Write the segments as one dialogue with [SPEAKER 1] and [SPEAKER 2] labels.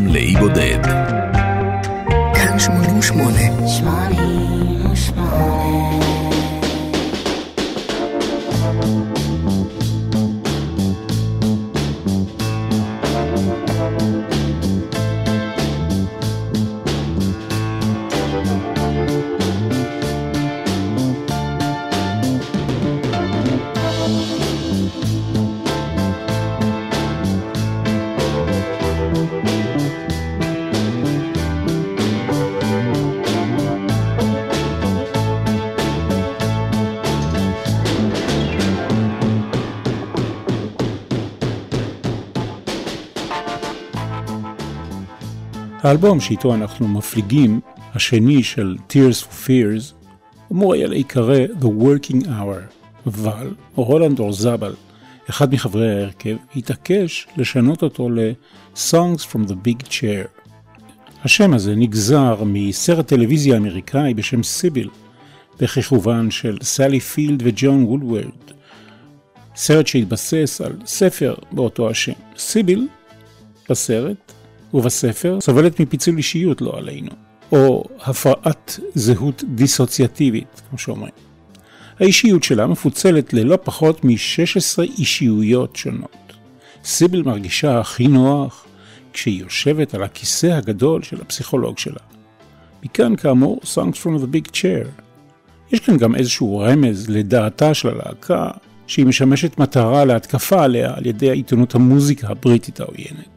[SPEAKER 1] לאי בודד.
[SPEAKER 2] כאן 88.
[SPEAKER 3] האלבום שאיתו אנחנו מפליגים, השני של Tears for Fears, אמור היה להיקרא The Working Hour, אבל רולנד אורזבל, אחד מחברי ההרכב, התעקש לשנות אותו ל-Songs from the Big Chair. השם הזה נגזר מסרט טלוויזיה אמריקאי בשם סיביל, בכיכובן של סלי פילד וג'ון וודוורד, סרט שהתבסס על ספר באותו השם. סיביל בסרט ובספר סובלת מפיצול אישיות, לא עלינו, או הפרעת זהות דיסוציאטיבית, כמו שאומרים. האישיות שלה מפוצלת ללא פחות מ-16 אישיויות שונות. סיביל מרגישה הכי נוח כשהיא יושבת על הכיסא הגדול של הפסיכולוג שלה. מכאן כאמור Songs from the Big Chair. יש כאן גם איזשהו רמז לדעתה של הלהקה, שהיא משמשת מטרה להתקפה עליה על ידי העיתונות המוזיקה הבריטית העוינת.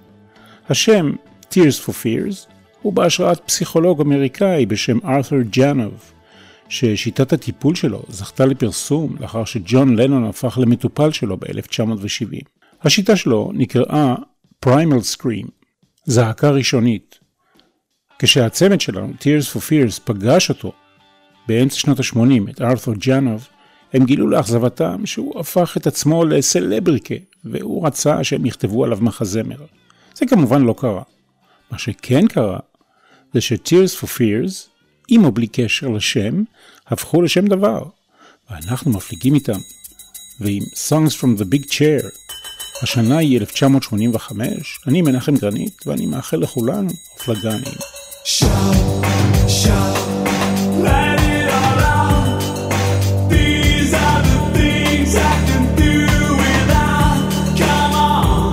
[SPEAKER 3] השם Tears for Fears הוא בהשראת פסיכולוג אמריקאי בשם ארת'ר ג'אנוב, ששיטת הטיפול שלו זכתה לפרסום לאחר שג'ון לנון הפך למטופל שלו ב-1970. השיטה שלו נקראה Primal Scream, זעקה ראשונית. כשהצמד שלנו, Tears for Fears, פגש אותו באמצע שנות ה-80, את ארת'ר ג'אנוב, הם גילו לאכזבתם שהוא הפך את עצמו לסלבריקה, והוא רצה שהם יכתבו עליו מחזמר. זה כמובן לא קרה. מה שכן קרה, זה ש-Tears for Fears, עם או בלי קשר לשם, הפכו לשם דבר. ואנחנו מפליגים איתם. ועם Songs from the Big Chair, השנה היא 1985, אני מנחם גרנית, ואני מאחל לכולנו הפלגה נעימה.
[SPEAKER 4] Shout, shout, let it all out. These are the things I can do without. Come on,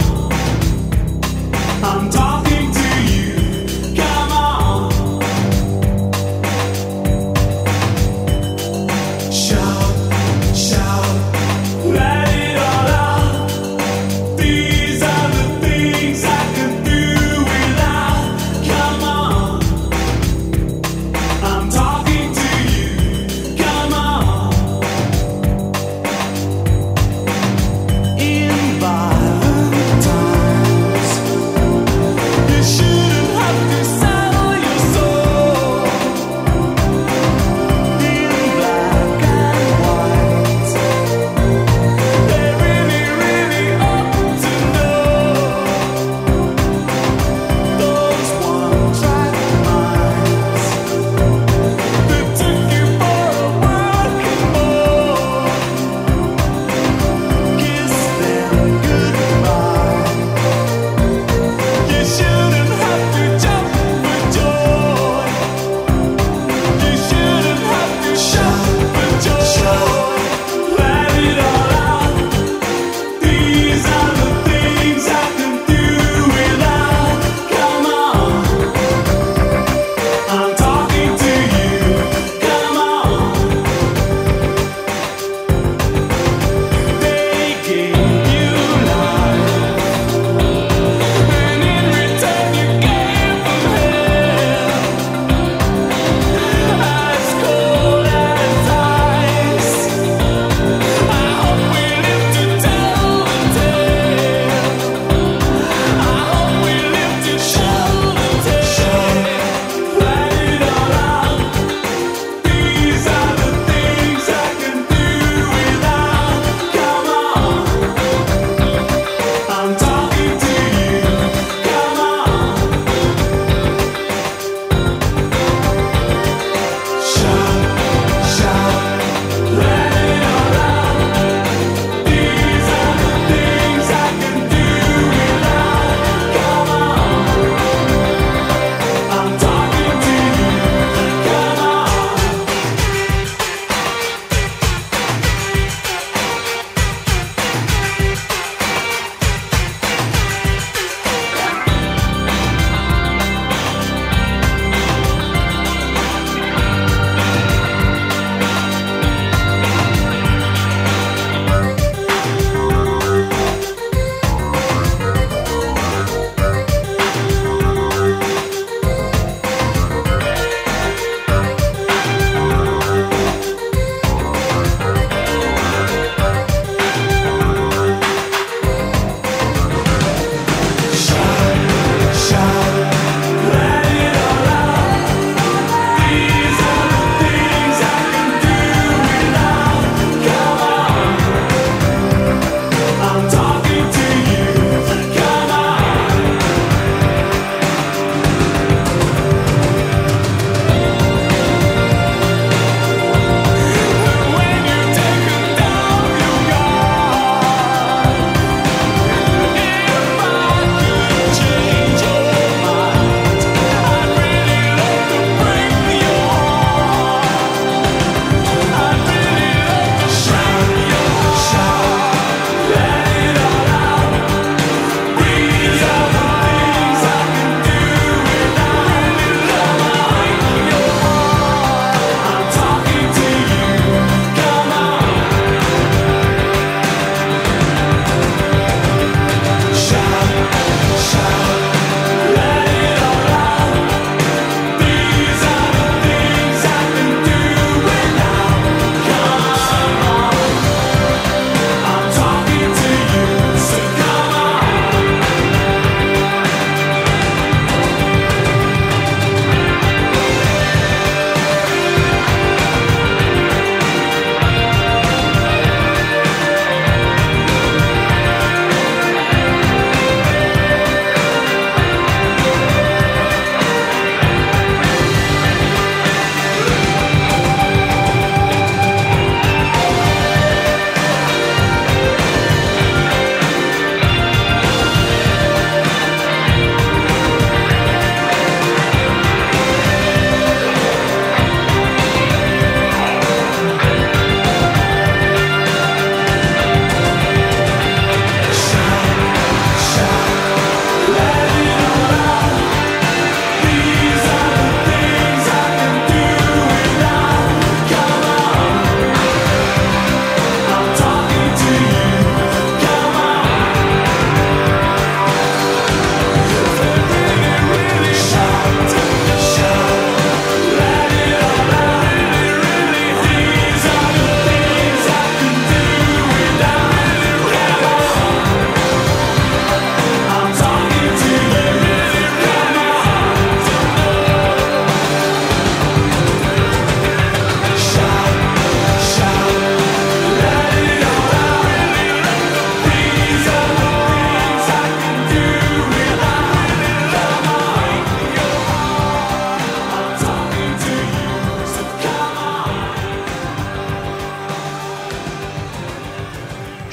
[SPEAKER 4] I'm talking to you. Come on. Shout, shout, let it all out. These are the things I can do without. Come on.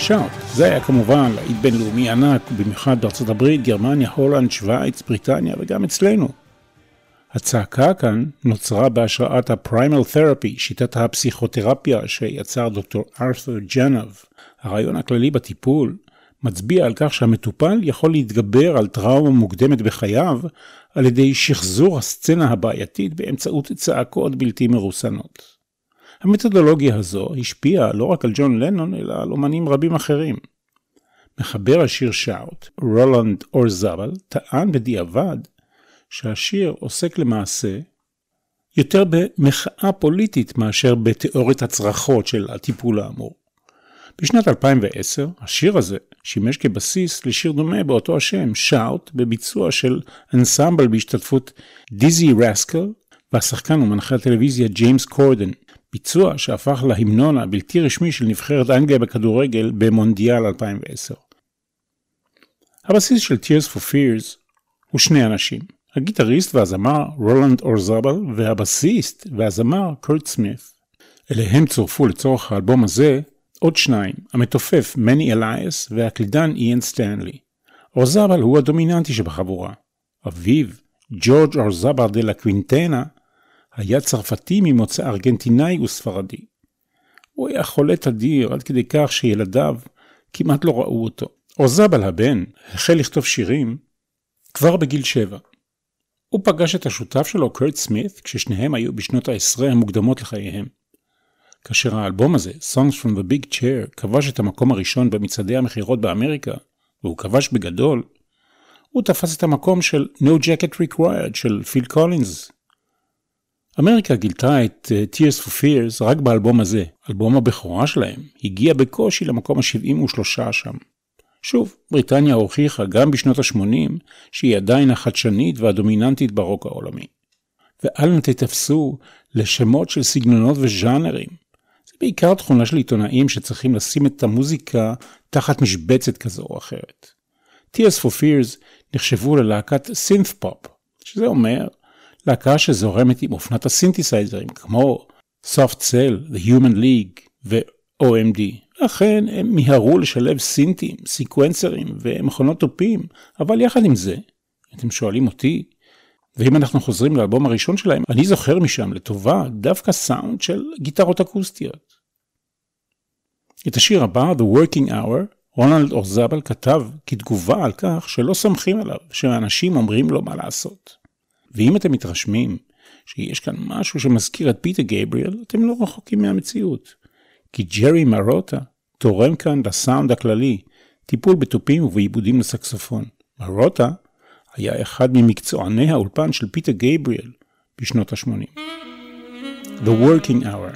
[SPEAKER 3] שאוט, זה היה כמובן להיט בינלאומי ענק, במיוחד בארצות הברית, גרמניה, הולנד, שוויץ, בריטניה וגם אצלנו. הצעקה כאן נוצרה בהשראת הפרימל תרפי, שיטת הפסיכותרפיה שיצר דוקטור ארת'ר ג'נב. הרעיון הכללי בטיפול מצביע על כך שהמטופל יכול להתגבר על טראומה מוקדמת בחייו על ידי שחזור הסצנה הבעייתית באמצעות צעקות בלתי מרוסנות. המתודולוגיה הזו השפיעה לא רק על ג'ון לנון אלא על אומנים רבים אחרים. מחבר השיר שאוט, רולנד אורזבל, טען בדיעבד שהשיר עוסק למעשה יותר במחאה פוליטית מאשר בתיאוריית הצרחות של הטיפול האמור. בשנת 2010 השיר הזה שימש כבסיס לשיר דומה באותו השם, שאוט, בביצוע של אנסמבל בהשתתפות דיזי רסקל והשחקן ומנחה הטלוויזיה ג'יימס קורדן, ביצוע שהפך להמנון הבלתי רשמי של נבחרת אנגליה בכדורגל במונדיאל 2010. הבסיס של Tears for Fears הוא שני אנשים, הגיטריסט והזמר רולנד אורזבל והבסיסט והזמר קורט סמית. אליהם צורפו לצורך האלבום הזה עוד שניים, המתופף מני אלייס והקלידן איאן סטנלי. אורזבל הוא הדומיננטי שבחבורה. אביו, ג'ורג' אורזבל דה לה קווינטנה, היה צרפתי ממוצא ארגנטינאי וספרדי. הוא היה חולה תדיר עד כדי כך שילדיו כמעט לא ראו אותו. אורזבל הבן החל לכתוב שירים כבר בגיל 7. הוא פגש את השותף שלו קורט סמית כששניהם היו בשנות ה-10 המוקדמות לחייהם. כאשר האלבום הזה, Songs from the Big Chair, כבש את המקום הראשון במצעדי המחירות באמריקה, והוא כבש בגדול, הוא תפס את המקום של No Jacket Required של פיל קולינס. אמריקה גילתה את Tears for Fears רק באלבום הזה. אלבום הבכורה שלהם הגיע בקושי למקום ה-73 שם. שוב, בריטניה הוכיחה גם בשנות ה-80 שהיא עדיין החדשנית והדומיננטית ברוק העולמי. ואל תתפסו לשמות של סגנונות וז'אנרים. זה בעיקר תכונה של עיתונאים שצריכים לשים את המוזיקה תחת משבצת כזו או אחרת. Tears for Fears נחשבו ללהקת סינת' פופ, שזה אומר להקה שזורמת עם אופנת הסינתסייזרים כמו Soft Cell, The Human League ו-OMD. לכן הם מיהרו לשלב סינטים, סיקוונסרים ומכונות טופים, אבל יחד עם זה, אתם שואלים אותי, ואם אנחנו חוזרים לאלבום הראשון שלהם, אני זוכר משם לטובה דווקא סאונד של גיטרות אקוסטיות. את השיר הבא, The Working Hour, רולנד אורזבל כתב כתגובה על כך שלא סומכים עליו, שאנשים אומרים לו מה לעשות. ואם אתם מתרשמים שיש כאן משהו שמזכיר את פיטר גבריאל, אתם לא רחוקים מהמציאות. כי ג'רי מרוטה תורם כאן לסאונד הכללי, טיפול בטופים ובעיבודים לסקסופון. מרוטה היה אחד ממקצועני האולפן של פיטר גבריאל בשנות ה-80. The Working Hour.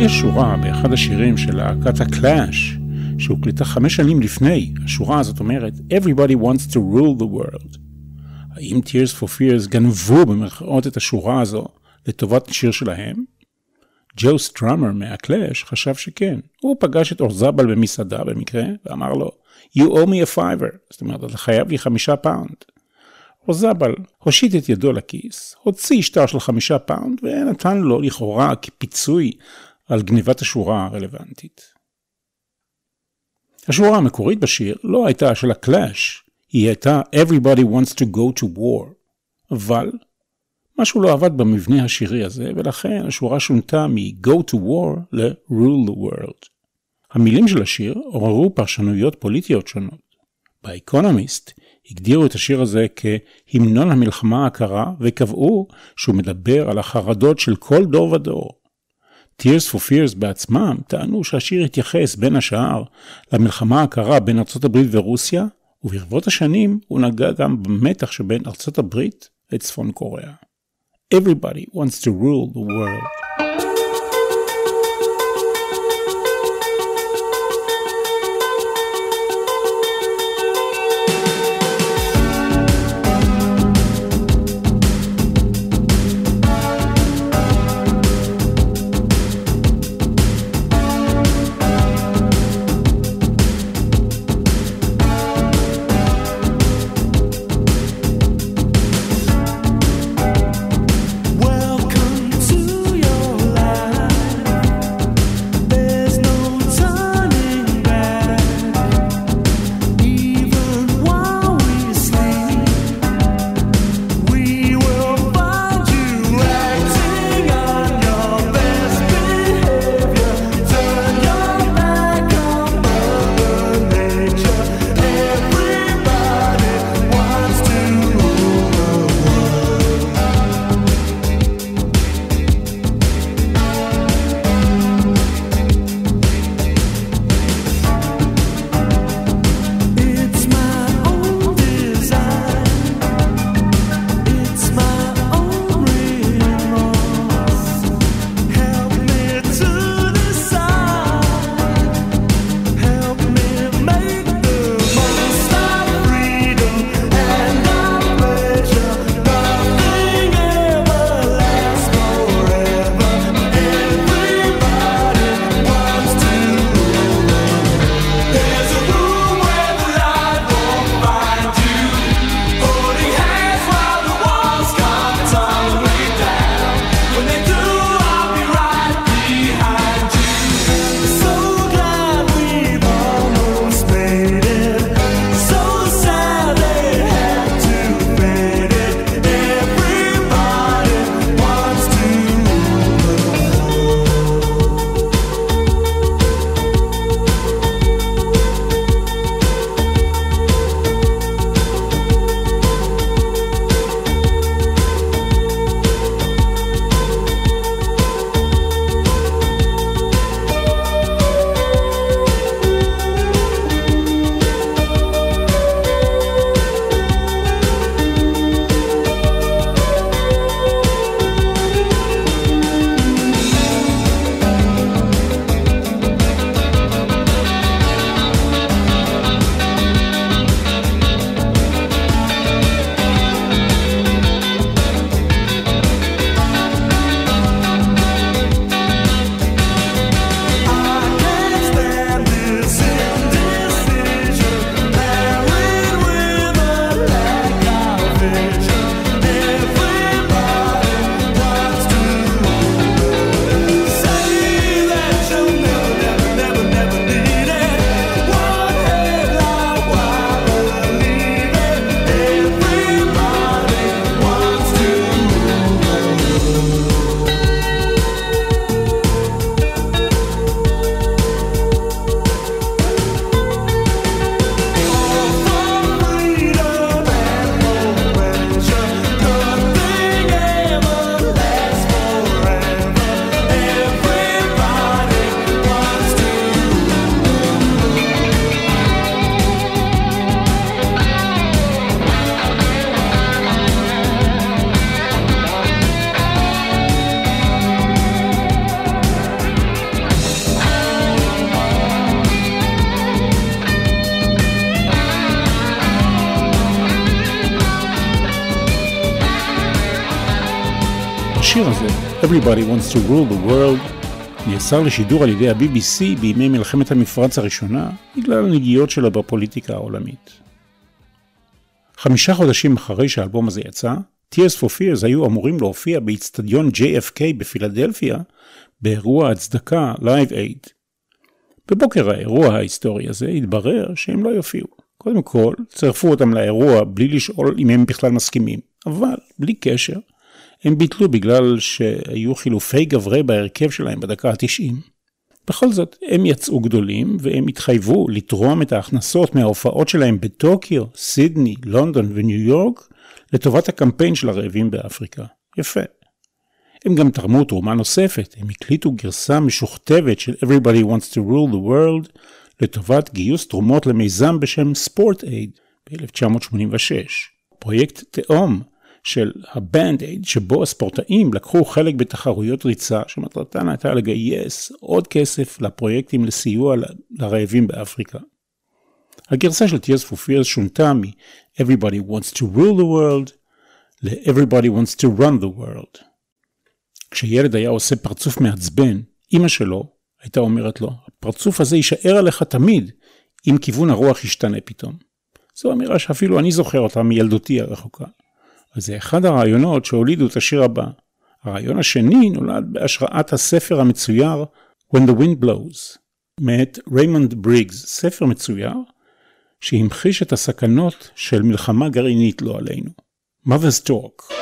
[SPEAKER 3] יש שורה באחד השירים של להקת הקלאש, שהוקלטה 5 שנים לפני. השורה הזאת אומרת, Everybody wants to rule the world. האם Tears for Fears גנבו במרכאות את השורה הזו לטובת שיר שלהם? ג'ו סטראמר מהקלאש חשב שכן. הוא פגש את אורזבל במסעדה במקרה, ואמר לו, You owe me a $5. זאת אומרת, אתה חייב לי 5 פאונד. אורזבל הושיט את ידו לכיס, הוציא שטר של 5 פאונד, ונתן לו לכאורה כפיצוי על גניבת השורה הרלוונטית. השורה המקורית בשיר לא הייתה של הקלאש, היא הייתה Everybody wants to go to war. אבל משהו לא עבד במבנה השירי הזה, ולכן השורה שונתה מ-go to war ל-rule the world. המילים של השיר עוררו פרשנויות פוליטיות שונות. באקונומיסט הגדירו את השיר הזה כהמנון המלחמה הקרה, וקבעו שהוא מדבר על החרדות של כל דור ודור. Tears for Fears בעצמם טענו שהשיר התייחס בין השאר למלחמה הקרה בין ארצות הברית ורוסיה, וברבות השנים הוא נגע גם במתח שבין ארצות הברית לצפון קוריאה. Everybody wants to rule the world.
[SPEAKER 4] Welcome to your
[SPEAKER 3] השיר הזה, Everybody Wants to Rule the World, נאסר לשידור על ידי ה-BBC בימי מלחמת המפרץ הראשונה, בגלל הנגיעות שלו בפוליטיקה העולמית. 5 חודשים אחרי שהאלבום הזה יצא, Tears for Fears היו אמורים להופיע באצטדיון JFK בפילדלפיה, באירוע הצדקה Live Aid. בבוקר האירוע ההיסטורי הזה התברר שהם לא יופיעו. קודם כל, צרפו אותם לאירוע בלי לשאול אם הם בכלל מסכימים, אבל בלי קשר, הם ביטלו בגלל שהיו חילופי גברי בהרכב שלהם בדקה ה-90. בכל זאת, הם יצאו גדולים והם התחייבו לתרום את ההכנסות מההופעות שלהם בטוקיו, סידני, לונדון וניו יורק לטובת הקמפיין של הרעבים באפריקה. יפה. הם גם תרמו תרומה נוספת, הם הקליטו גרסה משוכתבת של Everybody Wants to Rule the World לטובת גיוס תרומות למיזם בשם Sport Aid ב-1986. פרויקט תאום של הבנד-אייד שבו הספורטאים לקחו חלק בתחרויות ריצה שמטרתן הייתה לגייס עוד כסף לפרויקטים לסיוע לרעבים באפריקה. הגרסה של Tears for Fears שונתה מ-Everybody Wants to Rule the World ל-Everybody Wants to Run the World. כשילד היה עושה פרצוף מעצבן, אמא שלו הייתה אומרת לו, הפרצוף הזה יישאר עליך תמיד, אם כיוון הרוח ישתנה פתאום. זו אמירה שאפילו אני זוכר אותה מילדותי הרחוקה. וזה אחד הרעיונות שהולידו את השיר הבא. הרעיון השני נולד בהשראת הספר המצויר When the Wind Blows, מאת ריימונד בריגס, ספר מצויר שהמחיש את הסכנות של מלחמה גרעינית לא עלינו. Mother's Talk.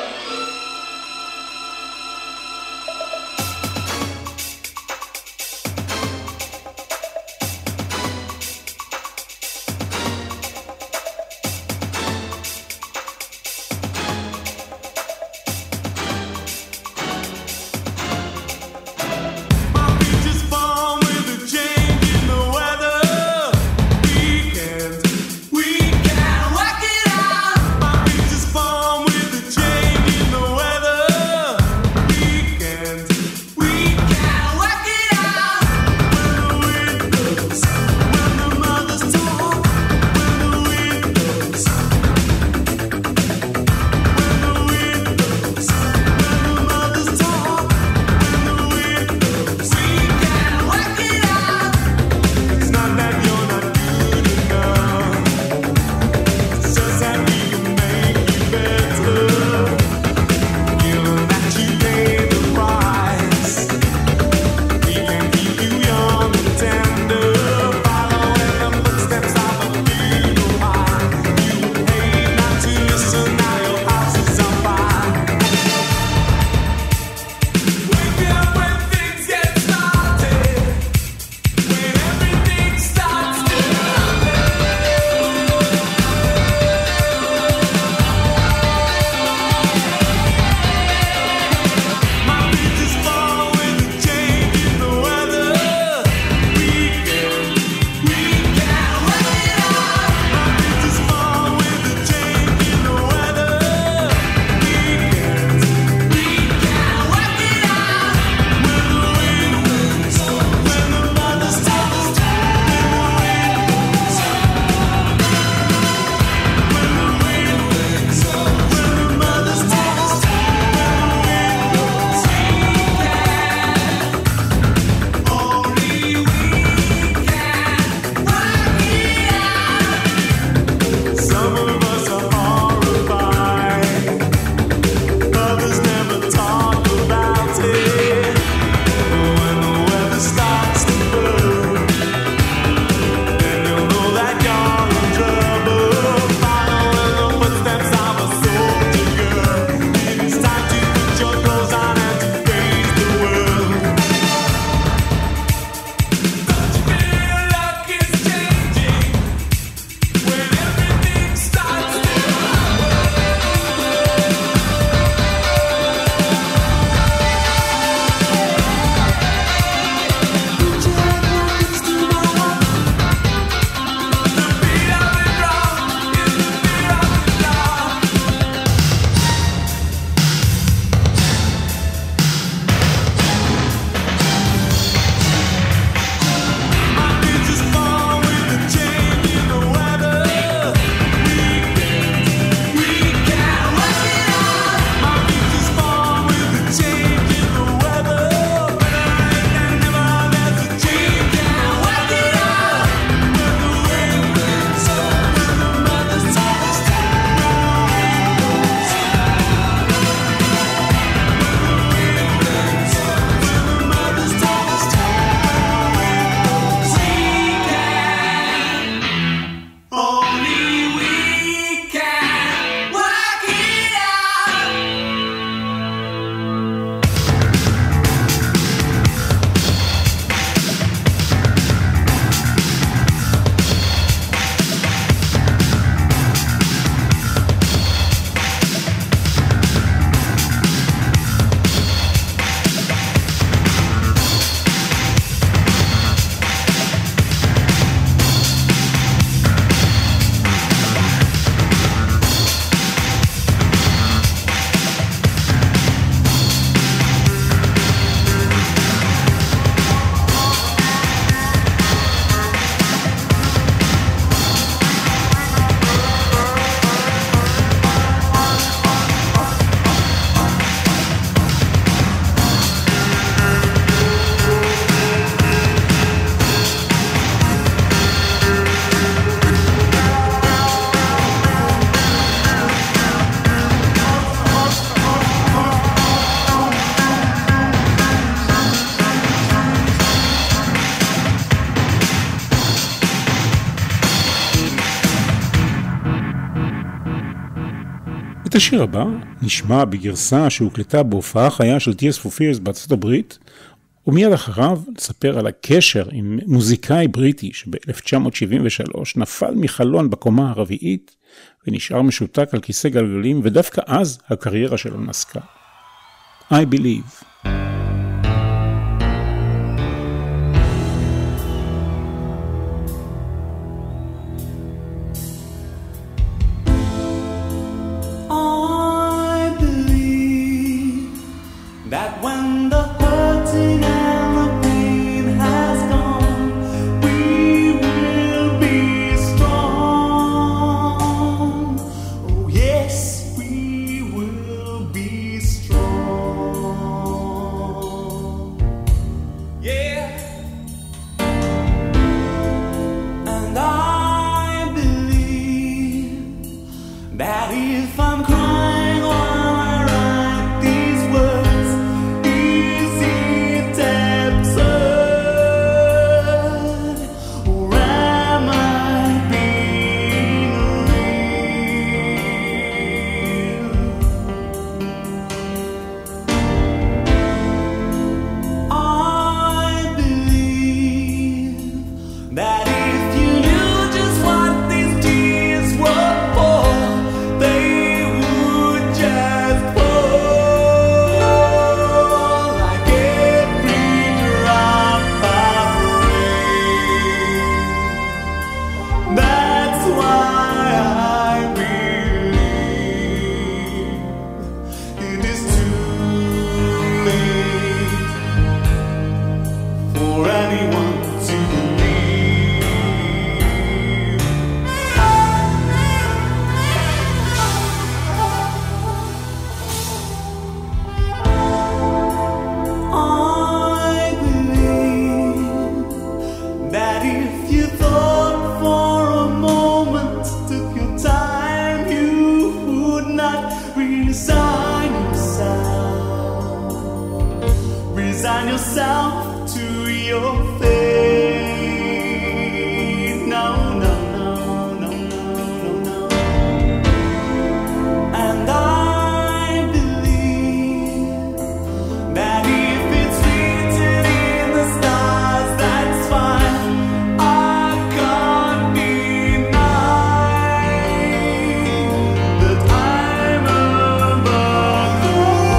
[SPEAKER 4] Stop.
[SPEAKER 3] את השיר הבא נשמע בגרסה שהוקלטה בהופעה חיה של Tears for Fears בארצות הברית, ומיד אחריו נספר על הקשר עם מוזיקאי בריטי שב-1973 נפל מחלון בקומה הרביעית ונשאר משותק על כיסא גלגלים, ודווקא אז הקריירה שלו נסקה. I Believe.
[SPEAKER 4] That when the hurting and the pain has gone, we will be strong. Oh yes, we will be strong. Yeah. And I believe that if I'm crying while I write these words, resign yourself to your fate. No, no, no, no, no, no, no. And I believe that if it's written in the stars, that's fine. I can't deny that I'm above the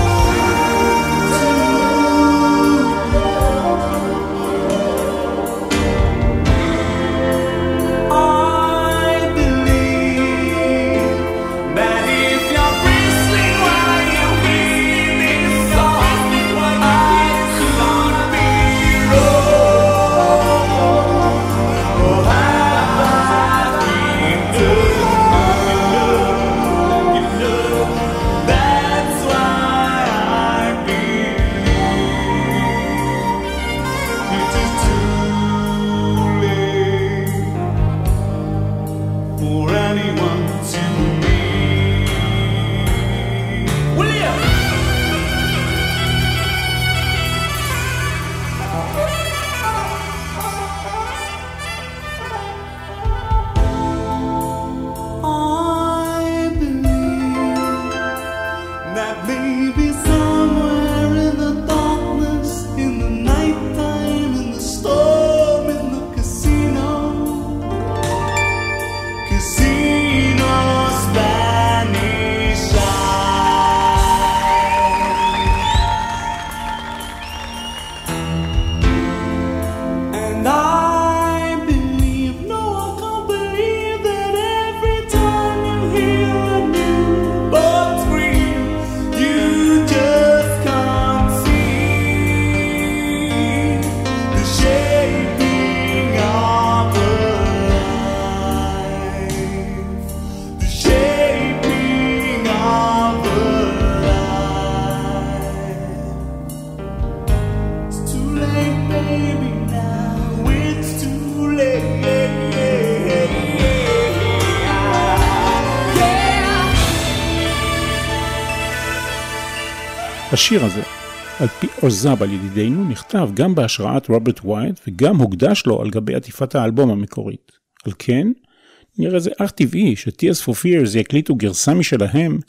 [SPEAKER 3] השיר הזה, על פי אוזב על ידידינו, נכתב גם בהשראת רוברט ווייט וגם הוקדש לו על גבי עטיפת האלבום המקורית. על כן, נראה זה אך טבעי ש-Tears for Fears יקליטו גרסה משלהם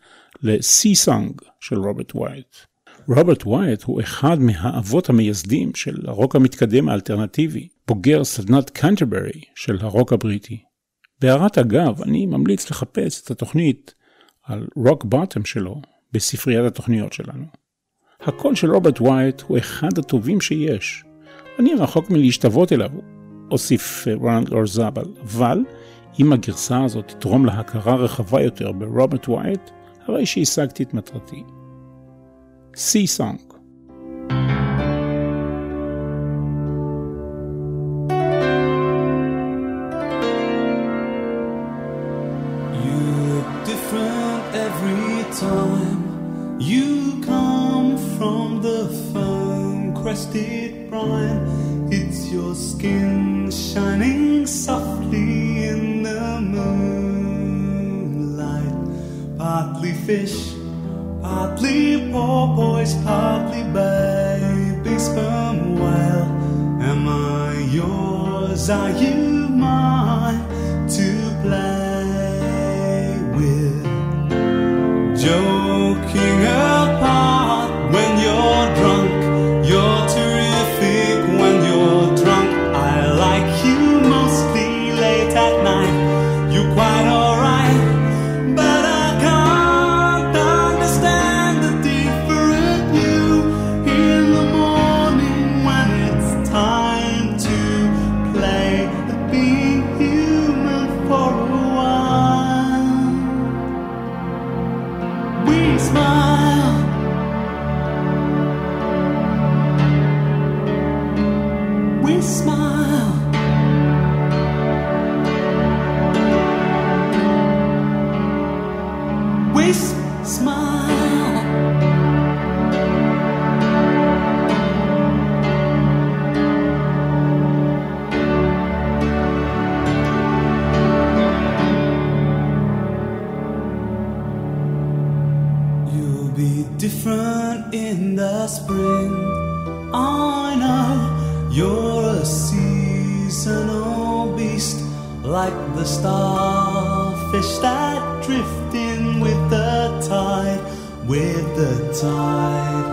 [SPEAKER 3] ל-Sea Song של רוברט ווייט. רוברט ווייט הוא אחד מהאבות המייסדים של הרוק המתקדם האלטרנטיבי, בוגר סדנת קנטרברי של הרוק הבריטי. בהערת אגב, אני ממליץ לחפש את התוכנית על רוק בוטום שלו בספריית התוכניות שלנו. הקול של רוברט ווייט הוא אחד הטובים שיש. אני רחוק מלהשתוות אליו, הוסיף רונלד אורזבל, אבל אם הגרסה הזאת תתרום להכרה רחבה יותר ברוברט ווייט, הרי שהשגתי את מטרתי. Sea Song.
[SPEAKER 4] You look different every time you come from the foam-crested brine. It's your skin shining softly in the moonlight. Partly fish, partly poor boys, partly baby sperm whale. Am I yours? Are you mine to play with? Joking apart when you're drunk, you're terrific when you're drunk. I like you mostly late at night. You're quite alright, but I can't understand the different you in the morning when it's time to play at being human for a while. We smile, we smile. We smile. You'll be different in the spring. I know you're a seasonal beast, like the starfish that drift in with the tide, with the tide.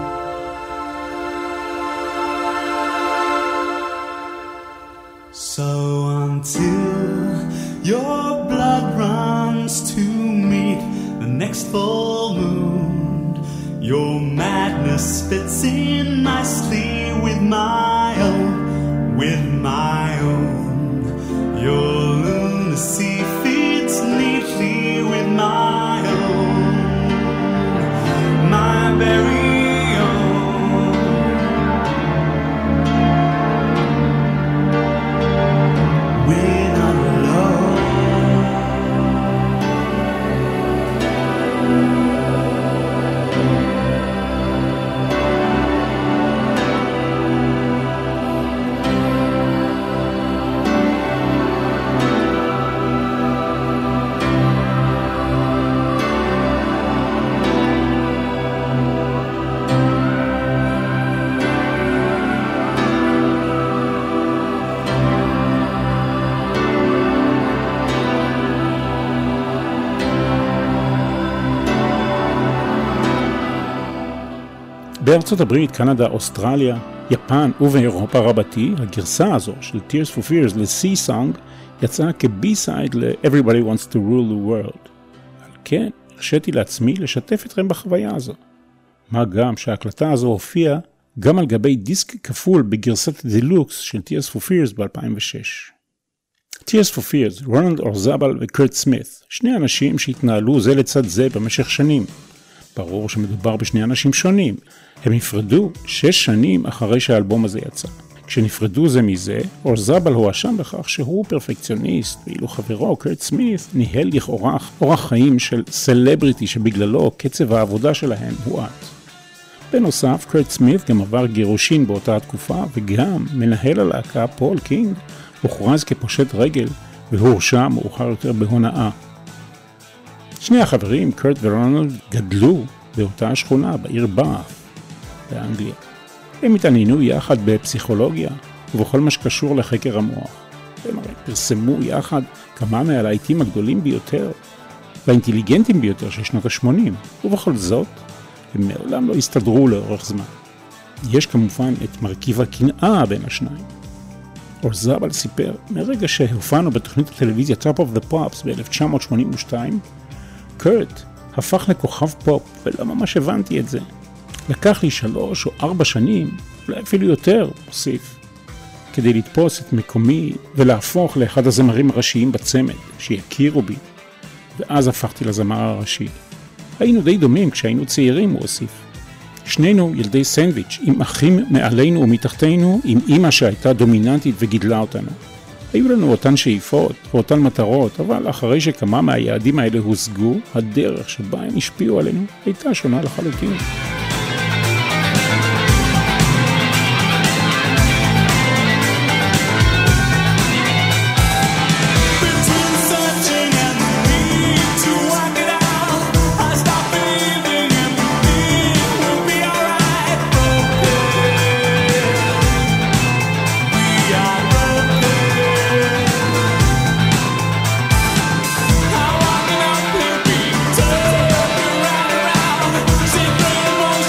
[SPEAKER 4] So until your blood runs to meet the next full moon, your madness fits in nicely with my own, with my own. Your lunacy fits neatly with my own, my very own. We're not alone.
[SPEAKER 3] בארצות הברית, קנדה, אוסטרליה, יפן ובאירופה רבתי, הגרסה הזו של Tears for Fears ל-Sea Song יצאה כבי-סייד ל-Everybody Wants to Rule the World. על כן, הרשיתי לעצמי לשתף אתכם בחוויה הזו. מה גם שההקלטה הזו הופיעה גם על גבי דיסק כפול בגרסת דילוקס של Tears for Fears ב-2006. Tears for Fears, רונלד אורזבל וקרט סמית, שני אנשים שהתנהלו זה לצד זה במשך שנים. ברור שמדובר בשני אנשים שונים. הם נפרדו 6 שנים אחרי שהאלבום הזה יצא. כשנפרדו זה מזה, אורזבל הואשם בכך שהוא פרפקציוניסט, ואילו חברו, קרט סמית, ניהל לכאורה אורח חיים של סלבריטי שבגללו קצב העבודה שלהם הואט. בנוסף, קרט סמית גם עבר גירושין באותה התקופה, וגם מנהל הלהקה, פול קינג, הוכרז כפושט רגל, והורשע מאוחר יותר בהונאה. שני החברים, קרט ורונלד, גדלו באותה השכונה בעיר באת' באנגליה. הם התעניינו יחד בפסיכולוגיה ובכל מה שקשור לחקר המוח. הם הרי פרסמו יחד כמה מהלהיטים הגדולים ביותר. והאינטליגנטים ביותר של שנות ה-80, ובכל זאת, הם מעולם לא הסתדרו לאורך זמן. יש כמובן את מרכיב הקנאה בין השניים. אורזבל סיפר, מרגע שהופענו בתוכנית הטלוויזיה Top of the Pops ב-1982, קורט הפך לכוכב פופ, ולא ממש הבנתי את זה. לקח לי 3 או 4 שנים, אולי אפילו יותר, מוסיף, כדי לתפוס את מקומי ולהפוך לאחד הזמרים הראשיים בצמד, שיכירו בי, ואז הפכתי לזמר הראשי. היינו די דומים כשהיינו צעירים, הוא הוסיף. שנינו ילדי סנדוויץ', עם אחים מעלינו ומתחתינו, עם אמא שהייתה דומיננטית וגידלה אותנו. היו לנו אותן שאיפות ואותן מטרות, אבל אחרי שכמה מהיעדים האלה הושגו, הדרך שבה הם השפיעו עלינו הייתה שונה לחלוטין.
[SPEAKER 4] Say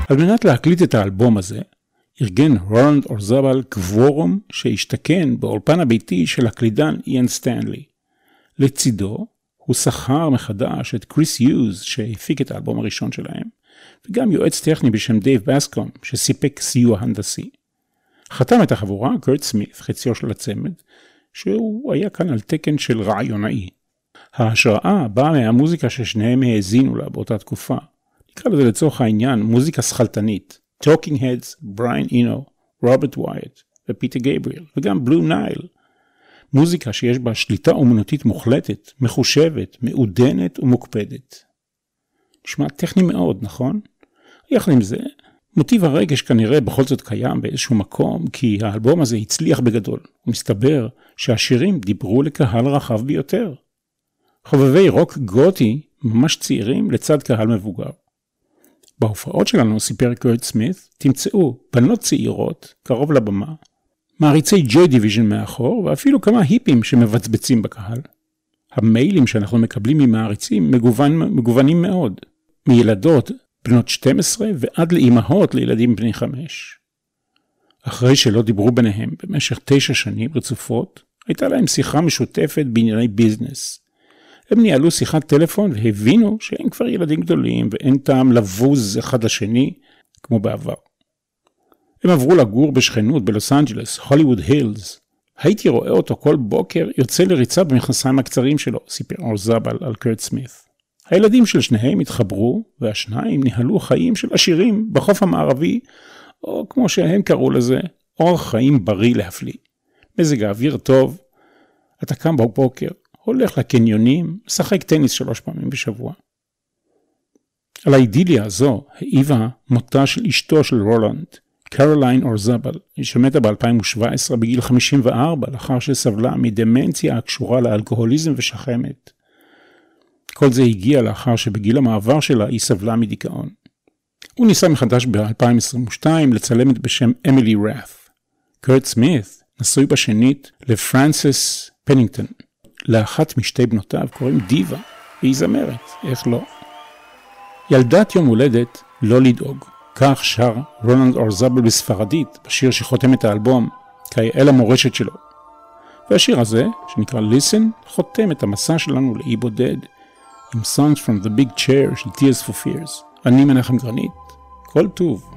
[SPEAKER 3] על מנת להקליט את האלבום הזה, ארגן רולנד אורזבל קוורום שהשתכן באולפן הביתי של הקלידן איאן סטנלי. לצידו הוא שכר מחדש את קריס יוז שהפיק את האלבום הראשון שלהם, וגם יועץ טכני בשם דייב בסקום שסיפק סיוע הנדסי. חתם את החבורה קורט סמית, חציו של הצמד, שהוא היה כאן על תקן של רעיונאי. ההשראה באה מהמוזיקה ששניהם האזינו לה באותה תקופה. נקרא לזה לצורך העניין מוזיקה שכלתנית. Talking Heads, בריין אינו, רוברט ווייט ופיטר גייבריאל, וגם בלו נייל. מוזיקה שיש בה שליטה אומנותית מוחלטת, מחושבת, מעודנת ומוקפדת. נשמע טכני מאוד, נכון? יחד עם זה, מוטיב הרגש כנראה בכל זאת קיים באיזשהו מקום, כי האלבום הזה הצליח בגדול. ומסתבר שהשירים דיברו לקהל רחב ביותר. חובבי רוק גותי ממש צעירים לצד קהל מבוגר. בהופעות שלנו, סיפר קורט סמית, תמצאו בנות צעירות קרוב לבמה, מעריצי ג'וי דיוויז'ן מאחור, ואפילו כמה היפים שמבצבצים בקהל. המיילים שאנחנו מקבלים ממעריצים מגוונים מאוד, מילדות בנות 12 ועד לאימהות לילדים בני 5. אחרי שלא דיברו ביניהם במשך 9 שנים רצופות, הייתה להם שיחה משותפת בענייני ביזנס. הם ניהלו שיחת טלפון והבינו שהם כבר ילדים גדולים ואין טעם לבוז אחד לשני כמו בעבר. הם עברו לגור בשכנות בלוס אנג'לס, הוליווד הילס. הייתי רואה אותו כל בוקר יוצא לריצה במכנסיים הקצרים שלו, סיפר אורזבל על קורט סמית. הילדים של שניהם התחברו והשניים ניהלו חיים של עשירים בחוף המערבי, או כמו שהם קראו לזה, אורח חיים בריא להפליא. מזג האוויר טוב, אתה קם בבוקר, הולך לקניונים, משחק טניס 3 פעמים בשבוע. על האידיליה הזו העיבה מותה של אשתו של רולנד, קרוליין אורזבל, שמתה ב-2017 בגיל 54, לאחר שסבלה מדמנציה הקשורה לאלכוהוליזם ושחמת. כל זה הגיע לאחר שבגיל המעבר שלה היא סבלה מדיכאון. הוא ניסה מחדש ב-2022 לצלמת בשם אמילי ראף. קורט סמית נשוי בשנית לפרנסס פנינגטון. לאחת משתי בנותיו קוראים דיבה, והיא זמרת, איך לא? ילדת יום הולדת לא לדאוג. כך שר רולנד אורזבל בספרדית בשיר שחותם את האלבום כאל המורשת שלו. והשיר הזה, שנקרא Listen, חותם את המסע שלנו לאי בודד עם Songs from the Big Chair של Tears for Fears. אני מנחם גרנית, כל טוב.